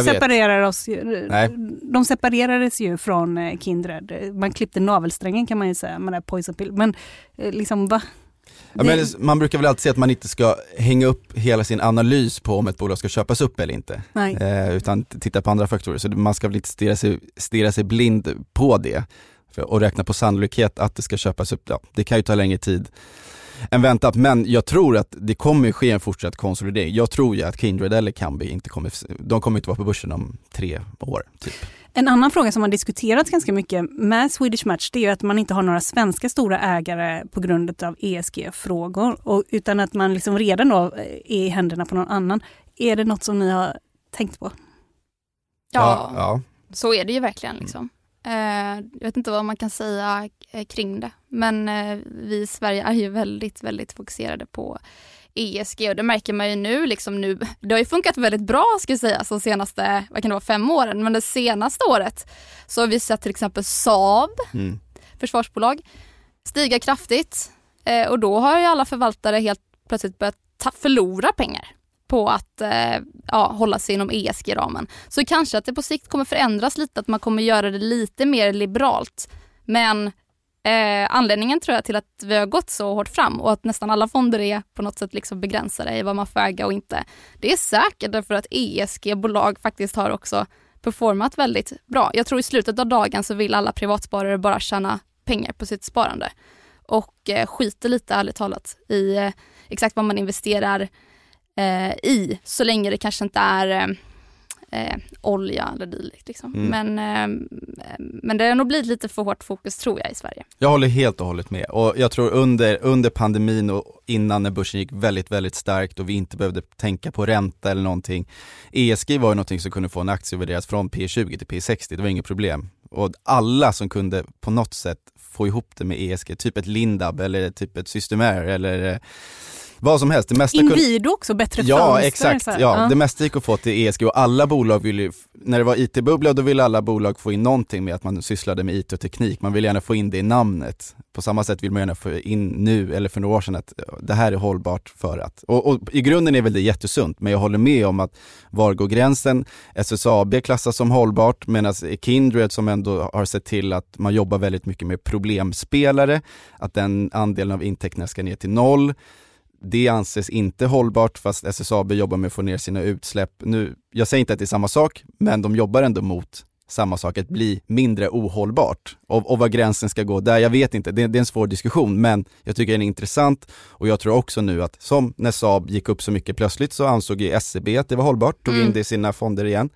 de separerades ju från Kindred. Man klippte navelsträngen kan man ju säga med det Poison Pill. Men liksom va? Ja, men man brukar väl alltid säga att man inte ska hänga upp hela sin analys på om ett bolag ska köpas upp eller inte. Utan titta på andra faktorer. Så man ska väl inte stirra sig blind på det och räkna på sannolikhet att det ska köpas upp. Ja, det kan ju ta längre tid än väntat, men jag tror att det kommer ske en fortsatt konsolidering. Jag tror ju att Kindred eller Kambi de kommer inte vara på börsen om 3 år typ. En annan fråga som har diskuterats ganska mycket med Swedish Match, det är ju att man inte har några svenska stora ägare på grund av ESG-frågor, utan att man liksom redan då är i händerna på någon annan. Är det något som ni har tänkt på? Ja. Så är det ju verkligen liksom. Jag vet inte vad man kan säga kring det, men vi i Sverige är ju väldigt, väldigt fokuserade på ESG och det märker man ju nu. Det har ju funkat väldigt bra ska jag säga, så senaste 5 åren, men det senaste året så har vi sett till exempel Saab, försvarsbolag, stiga kraftigt och då har ju alla förvaltare helt plötsligt börjat förlora pengar på att hålla sig inom ESG-ramen. Så kanske att det på sikt kommer förändras lite, att man kommer göra det lite mer liberalt. Men anledningen tror jag till att vi har gått så hårt fram och att nästan alla fonder är på något sätt liksom begränsade i vad man får äga och inte. Det är säkert därför att ESG-bolag faktiskt har också performat väldigt bra. Jag tror i slutet av dagen så vill alla privatsparare bara tjäna pengar på sitt sparande och skiter lite ärligt talat i exakt vad man investerar i, så länge det kanske inte är olja eller dylikt liksom. Men det har nog blivit lite för hårt fokus tror jag i Sverige. Jag håller helt och hållet med, och jag tror under pandemin och innan när börsen gick väldigt, väldigt starkt och vi inte behövde tänka på ränta eller någonting. ESG var ju någonting som kunde få en aktie värderas från P20 till P60, det var inget problem. Och alla som kunde på något sätt få ihop det med ESG, typ ett Lindab eller typ ett Systemair eller vad som helst. Det mesta Inwido också, bättre fönster. Ja, exakt. Det mesta gick att få till ESG och alla bolag ville ju, när det var IT-bubbla då ville alla bolag få in någonting med att man sysslade med IT och teknik. Man vill gärna få in det i namnet. På samma sätt vill man gärna få in nu eller för några år sedan att det här är hållbart för att. Och i grunden är väl det jättesunt, men jag håller med om att var går gränsen? SSAB klassas som hållbart, medan Kindred som ändå har sett till att man jobbar väldigt mycket med problemspelare, att den andelen av intäkterna ska ner till 0. Det anses inte hållbart fast SSAB jobbar med att få ner sina utsläpp. Nu, jag säger inte att det är samma sak, men de jobbar ändå mot samma sak, att bli mindre ohållbart. Och vad gränsen ska gå där, jag vet inte. Det är en svår diskussion, men jag tycker den är intressant. Och jag tror också nu att som när Saab gick upp så mycket plötsligt så ansåg ju SEB att det var hållbart. Tog in det i sina fonder igen.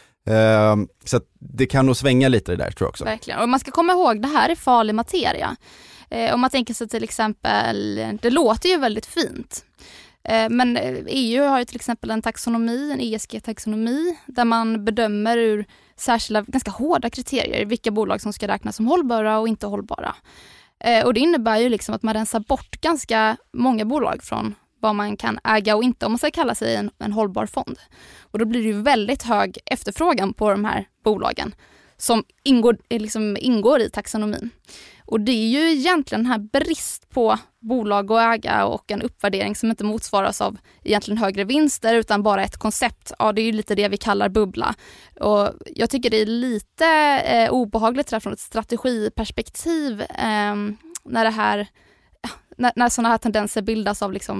Så att det kan nog svänga lite det där tror jag också. Verkligen, och man ska komma ihåg, det här är farlig materia. Om man tänker sig till exempel, det låter ju väldigt fint. Men EU har ju till exempel en taxonomi, en ESG-taxonomi, där man bedömer ur särskilda, ganska hårda kriterier vilka bolag som ska räknas som hållbara och inte hållbara. Och det innebär ju liksom att man rensar bort ganska många bolag från vad man kan äga och inte, om man ska kalla sig en hållbar fond. Och då blir det ju väldigt hög efterfrågan på de här bolagen som ingår i taxonomin. Och det är ju egentligen den här brist på bolag och äga och en uppvärdering som inte motsvaras av egentligen högre vinster utan bara ett koncept. Ja, det är ju lite det vi kallar bubbla. Och jag tycker det är lite obehagligt från ett strategiperspektiv när det här, när sådana här tendenser bildas av liksom,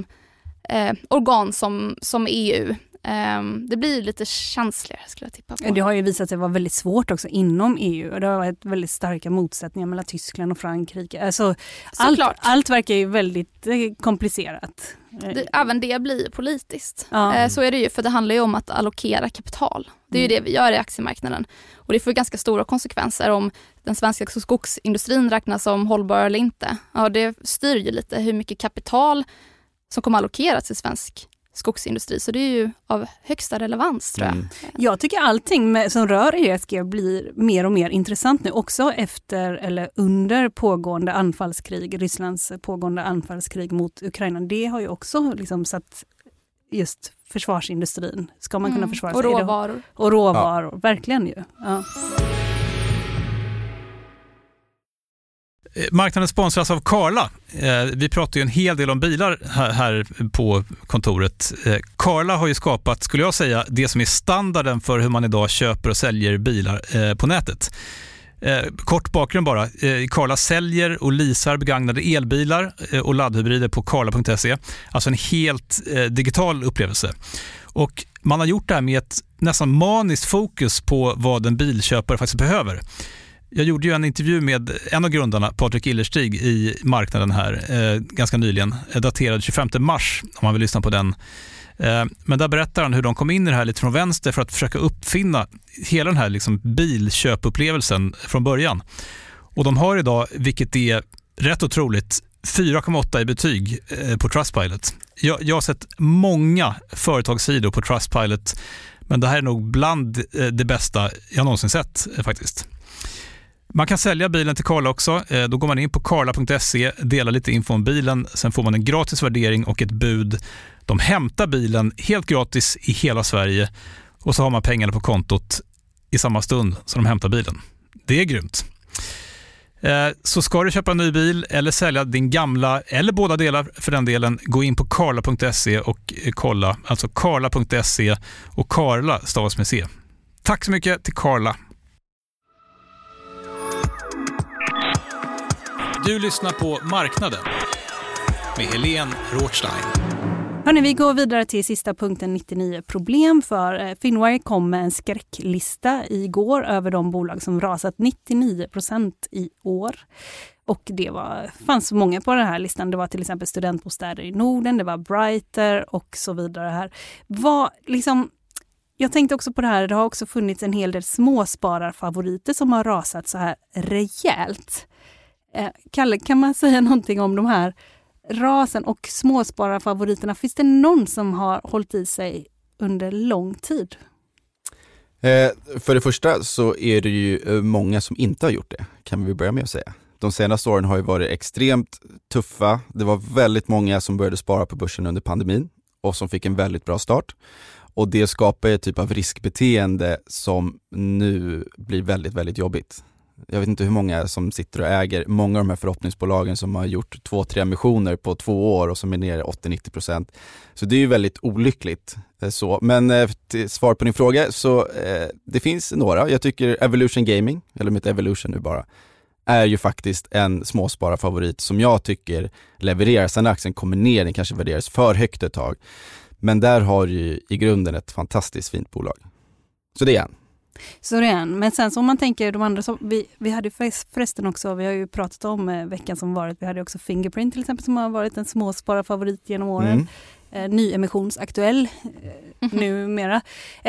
organ som EU. Det blir lite känsligare skulle jag tippa på. Det har ju visat sig vara väldigt svårt också inom EU och det har varit väldigt starka motsättningar mellan Tyskland och Frankrike. Alltså, allt verkar ju väldigt komplicerat. Även det blir politiskt. Ja. Så är det ju, för det handlar ju om att allokera kapital. Det är ju det vi gör i aktiemarknaden. Och det får ganska stora konsekvenser om den svenska skogsindustrin räknas som hållbar eller inte. Ja, det styr ju lite hur mycket kapital som kommer allokeras till svensk skogsindustri, så det är ju av högsta relevans tror jag. Jag tycker allting som rör ESG blir mer och mer intressant nu också efter eller under pågående anfallskrig, Rysslands pågående anfallskrig mot Ukraina. Det har ju också liksom satt just försvarsindustrin. Ska man kunna försvara sig? Och råvaror. Och råvaror, verkligen ju. Ja. Marknaden sponsras av Carla. Vi pratar ju en hel del om bilar här på kontoret. Carla har ju skapat, skulle jag säga, det som är standarden för hur man idag köper och säljer bilar på nätet. Kort bakgrund bara. Carla säljer och leasar begagnade elbilar och laddhybrider på carla.se. Alltså en helt digital upplevelse. Och man har gjort det här med ett nästan maniskt fokus på vad en bilköpare faktiskt behöver. Jag gjorde ju en intervju med en av grundarna, Patrik Illerstig, i marknaden här ganska nyligen, daterad 25 mars om man vill lyssna på den. Men där berättar han hur de kom in i det här lite från vänster för att försöka uppfinna hela den här liksom bilköpupplevelsen från början. Och de har idag, vilket är rätt otroligt, 4,8 i betyg på Trustpilot. Jag har sett många företagssidor på Trustpilot, men det här är nog bland det bästa jag någonsin sett faktiskt. Man kan sälja bilen till Carla också. Då går man in på carla.se, delar lite info om bilen, sen får man en gratis värdering och ett bud. De hämtar bilen helt gratis i hela Sverige och så har man pengarna på kontot i samma stund som de hämtar bilen. Det är grymt. Så ska du köpa en ny bil eller sälja din gamla, eller båda delar för den delen, gå in på carla.se och kolla. Alltså carla.se, och Carla stavas med C. Tack så mycket till Carla. Du lyssnar på Marknaden med Helene Rothstein. Hörrni, vi går vidare till sista punkten, 99 problem, för Finwire kom med en skräcklista igår över de bolag som rasat 99% i år. Och det fanns många på den här listan. Det var till exempel studentbostäder i Norden, det var Brighter och så vidare här. Jag tänkte också på det här, det har också funnits en hel del småspararfavoriter som har rasat så här rejält. Kalle, kan man säga någonting om de här rasen och småspararfavoriterna? Finns det någon som har hållit i sig under lång tid? För det första så är det ju många som inte har gjort det, kan vi börja med att säga. De senaste åren har ju varit extremt tuffa. Det var väldigt många som började spara på börsen under pandemin och som fick en väldigt bra start. Och det skapar ett typ av riskbeteende som nu blir väldigt, väldigt jobbigt. Jag vet inte hur många som sitter och äger många av de här förhoppningsbolagen som har gjort 2-3 emissioner på 2 år och som är nere 80-90%. Så det är ju väldigt olyckligt. Så. Men till svar på din fråga, så det finns några. Jag tycker Evolution Gaming, eller mitt Evolution nu bara, är ju faktiskt en småspararfavorit som jag tycker levererar. Sen aktien kommer ner, den kanske värderas för högt ett tag. Men där har ju i grunden ett fantastiskt fint bolag. Så det är en. Så det är en. Men sen så om man tänker de andra, så vi hade förresten också, vi har ju pratat om veckan som varit, vi hade också Fingerprint till exempel som har varit en småspararfavorit genom åren. Nyemissionsaktuell numera.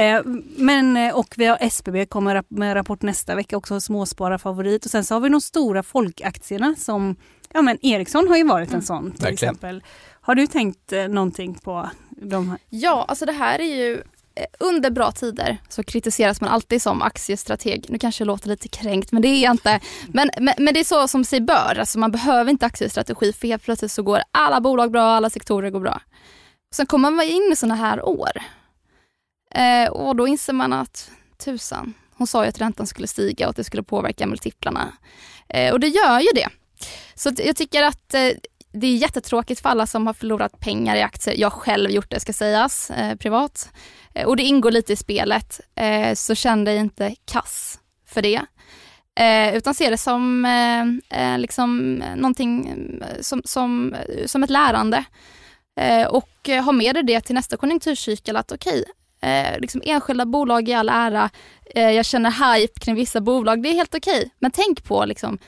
Och vi har SBB kommer med rapport nästa vecka, också småspararfavorit. Och sen så har vi de stora folkaktierna som, Ericsson har ju varit en sån till exempel. Har du tänkt någonting på de här? Ja, alltså det här är ju under bra tider så kritiseras man alltid som aktiestrateg. Nu kanske det låter lite kränkt, men det är inte. Men det är så som sig bör. Alltså man behöver inte aktiestrategi, för helt plötsligt så går alla bolag bra, alla sektorer går bra. Sen kommer man in i såna här år. Och då inser man att hon sa ju att räntan skulle stiga och att det skulle påverka multiplarna. Och det gör ju det. Så jag tycker att det är jättetråkigt för alla som har förlorat pengar i aktier. Jag har själv gjort det, ska sägas, privat. Och det ingår lite i spelet. Så känn dig inte kass för det. Utan se det som liksom någonting som ett lärande. Och ha med dig det till nästa konjunkturcykel att liksom enskilda bolag i all ära. Jag känner hype kring vissa bolag. Det är helt okej. Men tänk på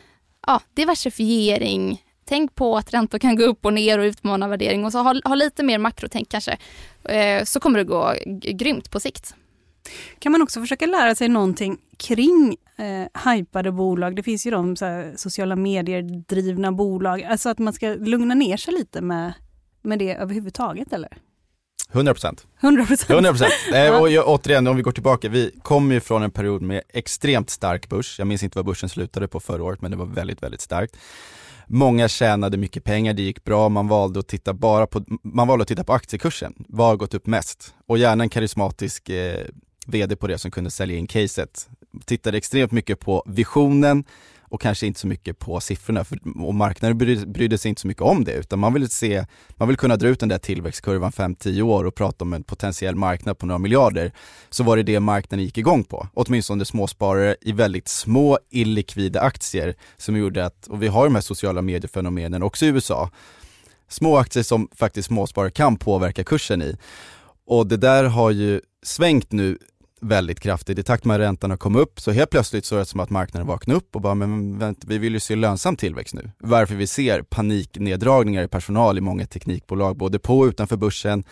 diversifiering. Tänk på att räntor kan gå upp och ner och utmana värdering. Och så ha lite mer makrotänk kanske. Så kommer det gå grymt på sikt. Kan man också försöka lära sig någonting kring hypade bolag? Det finns ju de sociala medier drivna bolag. Alltså att man ska lugna ner sig lite med det överhuvudtaget, eller? 100%. 100%. Och återigen, om vi går tillbaka, vi kommer ju från en period med extremt stark börs. Jag minns inte vad börsen slutade på förra året, men det var väldigt, väldigt starkt. Många tjänade mycket pengar, det gick bra, man valde att titta på aktiekursen. Vad har gått upp mest? Och gärna en karismatisk vd på det som kunde sälja in caset. Tittade extremt mycket på visionen och kanske inte så mycket på siffrorna, och marknaden brydde sig inte så mycket om det, utan man vill kunna dra ut den där tillväxtkurvan 5-10 år och prata om en potentiell marknad på några miljarder. Så var det marknaden gick igång på, åtminstone småsparare i väldigt små illikvida aktier, som gjorde att, och vi har de här sociala mediefenomenen också i USA, små aktier som faktiskt småsparare kan påverka kursen i. Och det där har ju svängt nu väldigt kraftigt. I takt med att räntan har kommit upp, så helt plötsligt så är det som att marknaden vaknar upp och bara, men vänta, vi vill ju se lönsam tillväxt nu. Varför vi ser panikneddragningar i personal i många teknikbolag, både på och utanför börsen.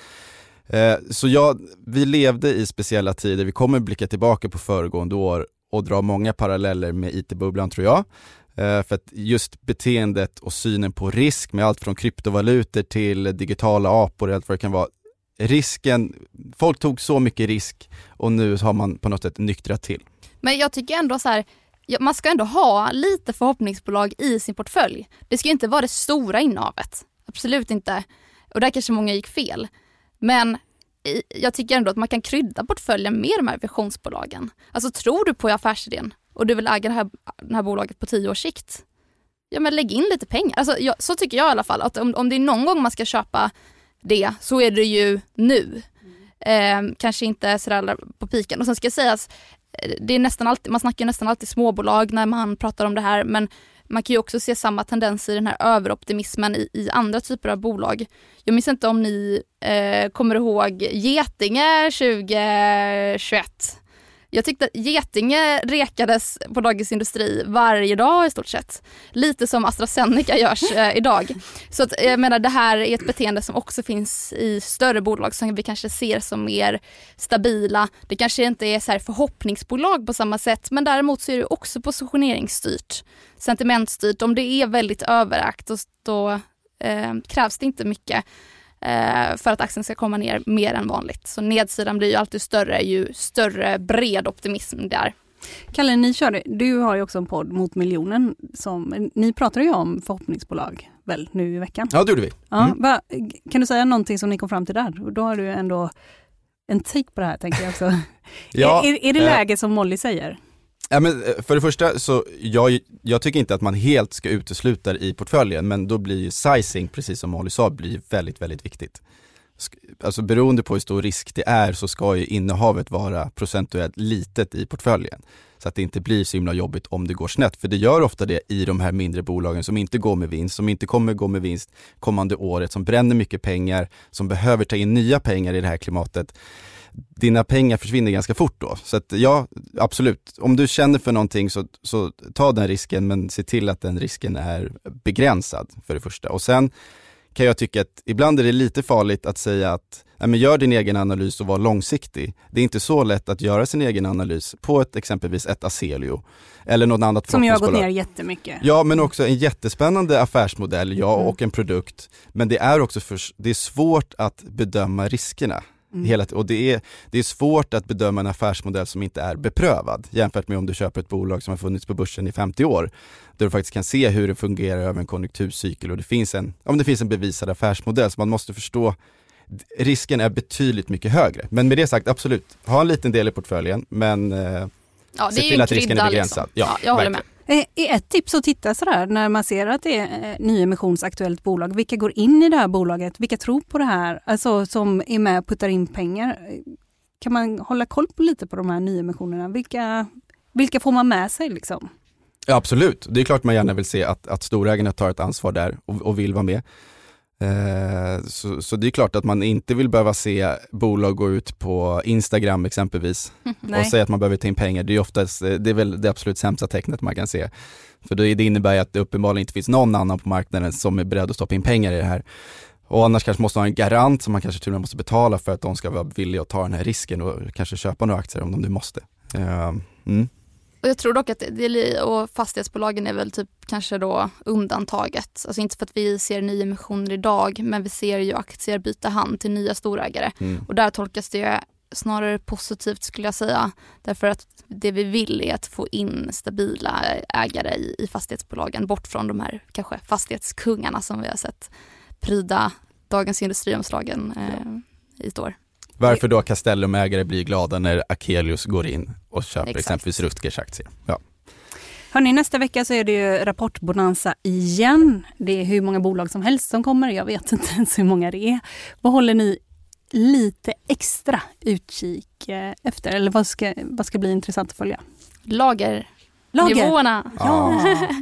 Så vi levde i speciella tider. Vi kommer blicka tillbaka på föregående år och dra många paralleller med IT-bubblan, tror jag. För att just beteendet och synen på risk, med allt från kryptovalutor till digitala apor, allt vad det kan vara. Risken, folk tog så mycket risk och nu har man på något sätt nyktrat till. Men jag tycker ändå så här, man ska ändå ha lite förhoppningsbolag i sin portfölj. Det ska ju inte vara det stora innehavet. Absolut inte. Och där kanske många gick fel. Men jag tycker ändå att man kan krydda portföljen med de här visionsbolagen. Alltså, tror du på affärsidén och du vill äga det här bolaget på 10 års sikt, ja, men lägg in lite pengar. Alltså, så tycker jag i alla fall. Att om det är någon gång man ska köpa det, så är det ju nu. Kanske inte sådär på piken. Och sen ska jag säga att det är nästan alltid, man snackar nästan alltid småbolag när man pratar om det här, men man kan ju också se samma tendenser i den här överoptimismen i andra typer av bolag. Jag minns inte om ni kommer ihåg Getinge 2021. Jag tyckte att Getinge rekades på Dagens Industri varje dag i stort sett. Lite som AstraZeneca görs idag. Så att, jag menar, det här är ett beteende som också finns i större bolag som vi kanske ser som mer stabila. Det kanske inte är så här förhoppningsbolag på samma sätt, men däremot så är det också positioneringsstyrt, sentimentstyrt. Om det är väldigt överägt, då krävs det inte mycket för att aktien ska komma ner mer än vanligt. Så nedsidan blir ju alltid större ju större bred optimism där. Kalle, du har ju också en podd Mot miljonen. Ni pratar ju om förhoppningsbolag väl nu i veckan? Ja, det gjorde vi. Ja, kan du säga någonting som ni kom fram till där? Och då har du ändå en take på det här, tänker jag också. Ja, är det läge som Molly säger? Ja, men för det första så jag tycker inte att man helt ska utesluta i portföljen, men då blir ju sizing, precis som Molly sa, blir väldigt, väldigt viktigt. Alltså beroende på hur stor risk det är, så ska ju innehavet vara procentuellt litet i portföljen. Så att det inte blir så himla jobbigt om det går snett. För det gör ofta det i de här mindre bolagen som inte går med vinst, som inte kommer gå med vinst kommande året, som bränner mycket pengar, som behöver ta in nya pengar i det här klimatet. Dina pengar försvinner ganska fort då. Så att ja, absolut. Om du känner för någonting så ta den risken, men se till att den risken är begränsad för det första. Och sen kan jag tycka att ibland är det lite farligt att säga att men gör din egen analys och var långsiktig. Det är inte så lätt att göra sin egen analys på exempelvis ett Aselio eller något annat som jag har gått ner jättemycket. Ja, men också en jättespännande affärsmodell, och en produkt. Men det är också det är svårt att bedöma riskerna. Och det är svårt att bedöma en affärsmodell som inte är beprövad, jämfört med om du köper ett bolag som har funnits på börsen i 50 år, där du faktiskt kan se hur det fungerar över en konjunkturcykel, och det finns en bevisad affärsmodell. Så man måste förstå, risken är betydligt mycket högre. Men med det sagt, absolut, ha en liten del i portföljen, men se till att risken är begränsad. Liksom. Ja, jag håller med. Ett tips att titta sådär när man ser att det är nyemissionsaktuellt bolag. Vilka går in i det här bolaget? Vilka tror på det här? Alltså som är med och puttar in pengar. Kan man hålla koll på lite på de här nyemissionerna? Vilka får man med sig liksom? Ja, absolut. Det är klart man gärna vill se att storägarna tar ett ansvar där och vill vara med. Så det är klart att man inte vill behöva se bolag gå ut på Instagram exempelvis och säga att man behöver ta in pengar. Det är väl det absolut sämsta tecknet man kan se. För det innebär att det uppenbarligen inte finns någon annan på marknaden som är beredd att stoppa in pengar i det här. Och annars kanske måste ha en garant som man kanske till och med måste betala för att de ska vara villiga att ta den här risken och kanske köpa några aktier om de nu måste. Och jag tror dock att och fastighetsbolagen är väl typ kanske då undantaget. Alltså inte för att vi ser nyemissioner idag, men vi ser ju aktier byta hand till nya storägare. Och där tolkas det snarare positivt, skulle jag säga. Därför att det vi vill är att få in stabila ägare i fastighetsbolagen, bort från de här kanske fastighetskungarna som vi har sett pryda Dagens Industriomslagen i ett år. Varför då Castellum-ägare blir glada när Akelius går in och köper exempelvis Rutgers aktier. Ja. Hörrni, nästa vecka så är det ju rapportbonanza igen. Det är hur många bolag som helst som kommer. Jag vet inte ens hur många det är. Vad håller ni lite extra utkik efter? Eller vad ska bli intressant att följa? Nivåerna. Ja.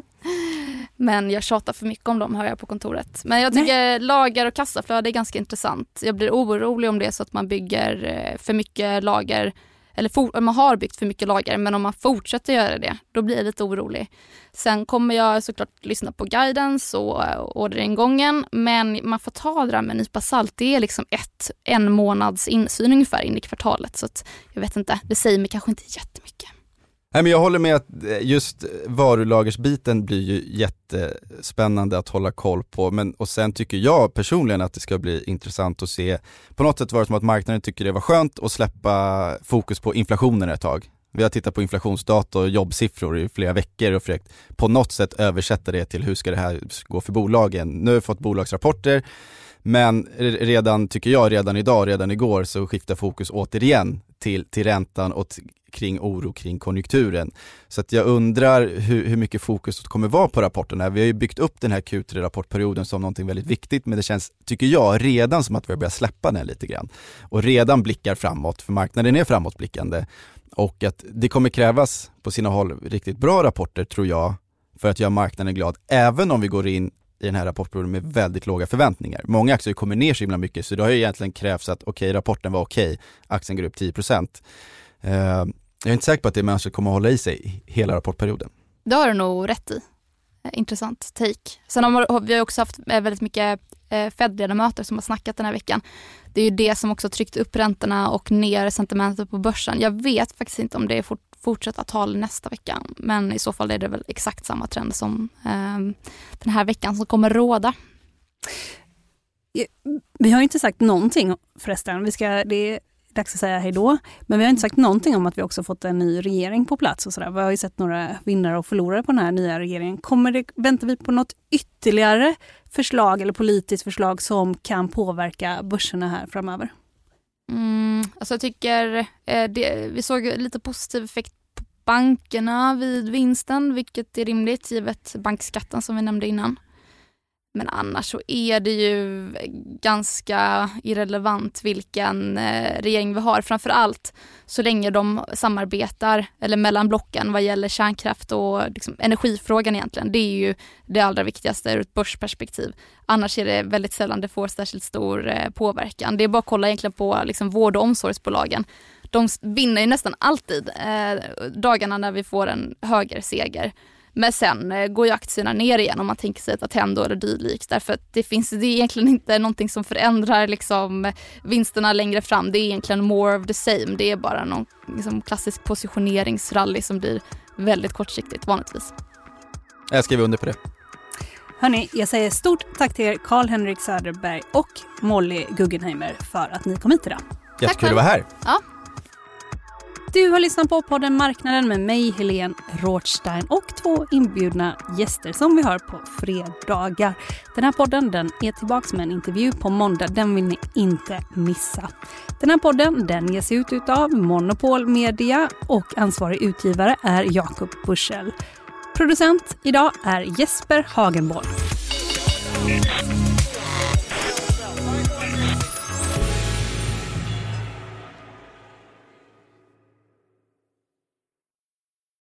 Men jag tjatar för mycket om dem, hör jag på kontoret. Men jag tycker lager och kassaflöde är ganska intressant. Jag blir orolig om det är så att man bygger för mycket lager. Eller man har byggt för mycket lager, men om man fortsätter göra det, då blir jag lite orolig. Sen kommer jag såklart lyssna på guidance och orderingången, men man får ta det där med en nypa salt. Det är liksom en månads insyn ungefär in i kvartalet, så att jag vet inte, det säger mig kanske inte jättemycket. Nej, men jag håller med att just varulagersbiten blir ju jättespännande att hålla koll på. Och sen tycker jag personligen att det ska bli intressant att se. På något sätt var det som att marknaden tycker det var skönt att släppa fokus på inflationen ett tag. Vi har tittat på inflationsdata och jobbsiffror i flera veckor och försökt på något sätt översätta det till hur ska det här gå för bolagen. Nu har vi fått bolagsrapporter, men redan igår så skiftar fokus återigen till räntan och kring oro kring konjunkturen. Så att jag undrar hur mycket fokus det kommer vara på rapporterna. Vi har ju byggt upp den här Q3-rapportperioden som någonting väldigt viktigt, men det känns, tycker jag, redan som att vi börjar släppa den lite grann. Och redan blickar framåt, för marknaden är framåtblickande. Och att det kommer krävas på sina håll riktigt bra rapporter, tror jag, för att göra marknaden glad. Även om vi går in i den här rapportperioden med väldigt låga förväntningar. Många aktier kommer ner så himla mycket, så det har ju egentligen krävts att rapporten var okej. Aktien går upp 10%. Jag är inte säker på att det människor kommer att hålla i sig hela rapportperioden. Det har du nog rätt i. Intressant take. Sen har vi också haft väldigt mycket Fed-ledamöter som har snackat den här veckan. Det är ju det som också tryckt upp räntorna och ner sentimentet på börsen. Jag vet faktiskt inte om det är fortsätta tal nästa vecka, men i så fall är det väl exakt samma trend som den här veckan som kommer råda. Vi har inte sagt någonting förresten. Det är dags att säga hej då. Men vi har inte sagt någonting om att vi också fått en ny regering på plats och sådär. Vi har ju sett några vinnare och förlorare på den här nya regeringen. Väntar vi på något ytterligare förslag eller politiskt förslag som kan påverka börserna här framöver? Alltså jag tycker vi såg lite positiv effekt på bankerna vid vinsten, vilket är rimligt givet bankskatten som vi nämnde innan. Men annars så är det ju ganska irrelevant vilken regering vi har. Framförallt så länge de samarbetar eller mellan blocken vad gäller kärnkraft och liksom energifrågan egentligen. Det är ju det allra viktigaste ur ett börsperspektiv. Annars är det väldigt sällan det får särskilt stor påverkan. Det är bara att kolla egentligen på liksom vård- och omsorgsbolagen. De vinner ju nästan alltid dagarna när vi får en högerseger. Men sen går ju aktierna ner igen om man tänker sig ett Attendo eller dylikt. Därför att det är egentligen inte någonting som förändrar liksom vinsterna längre fram. Det är egentligen more of the same. Det är bara någon liksom klassisk positioneringsrally som blir väldigt kortsiktigt vanligtvis. Jag skriver under på det. Hörrni, jag säger stort tack till er Carl-Henrik Söderberg och Molly Guggenheimer för att ni kom hit idag. Jättekul att vara här. Ja. Du har lyssnat på podden Marknaden med mig, Helene Rothstein, och 2 inbjudna gäster som vi har på fredagar. Den här podden är tillbaka med en intervju på måndag. Den vill ni inte missa. Den här podden ges ut av Monopol Media och ansvarig utgivare är Jakob Buschel. Producent idag är Jesper Hagenborg.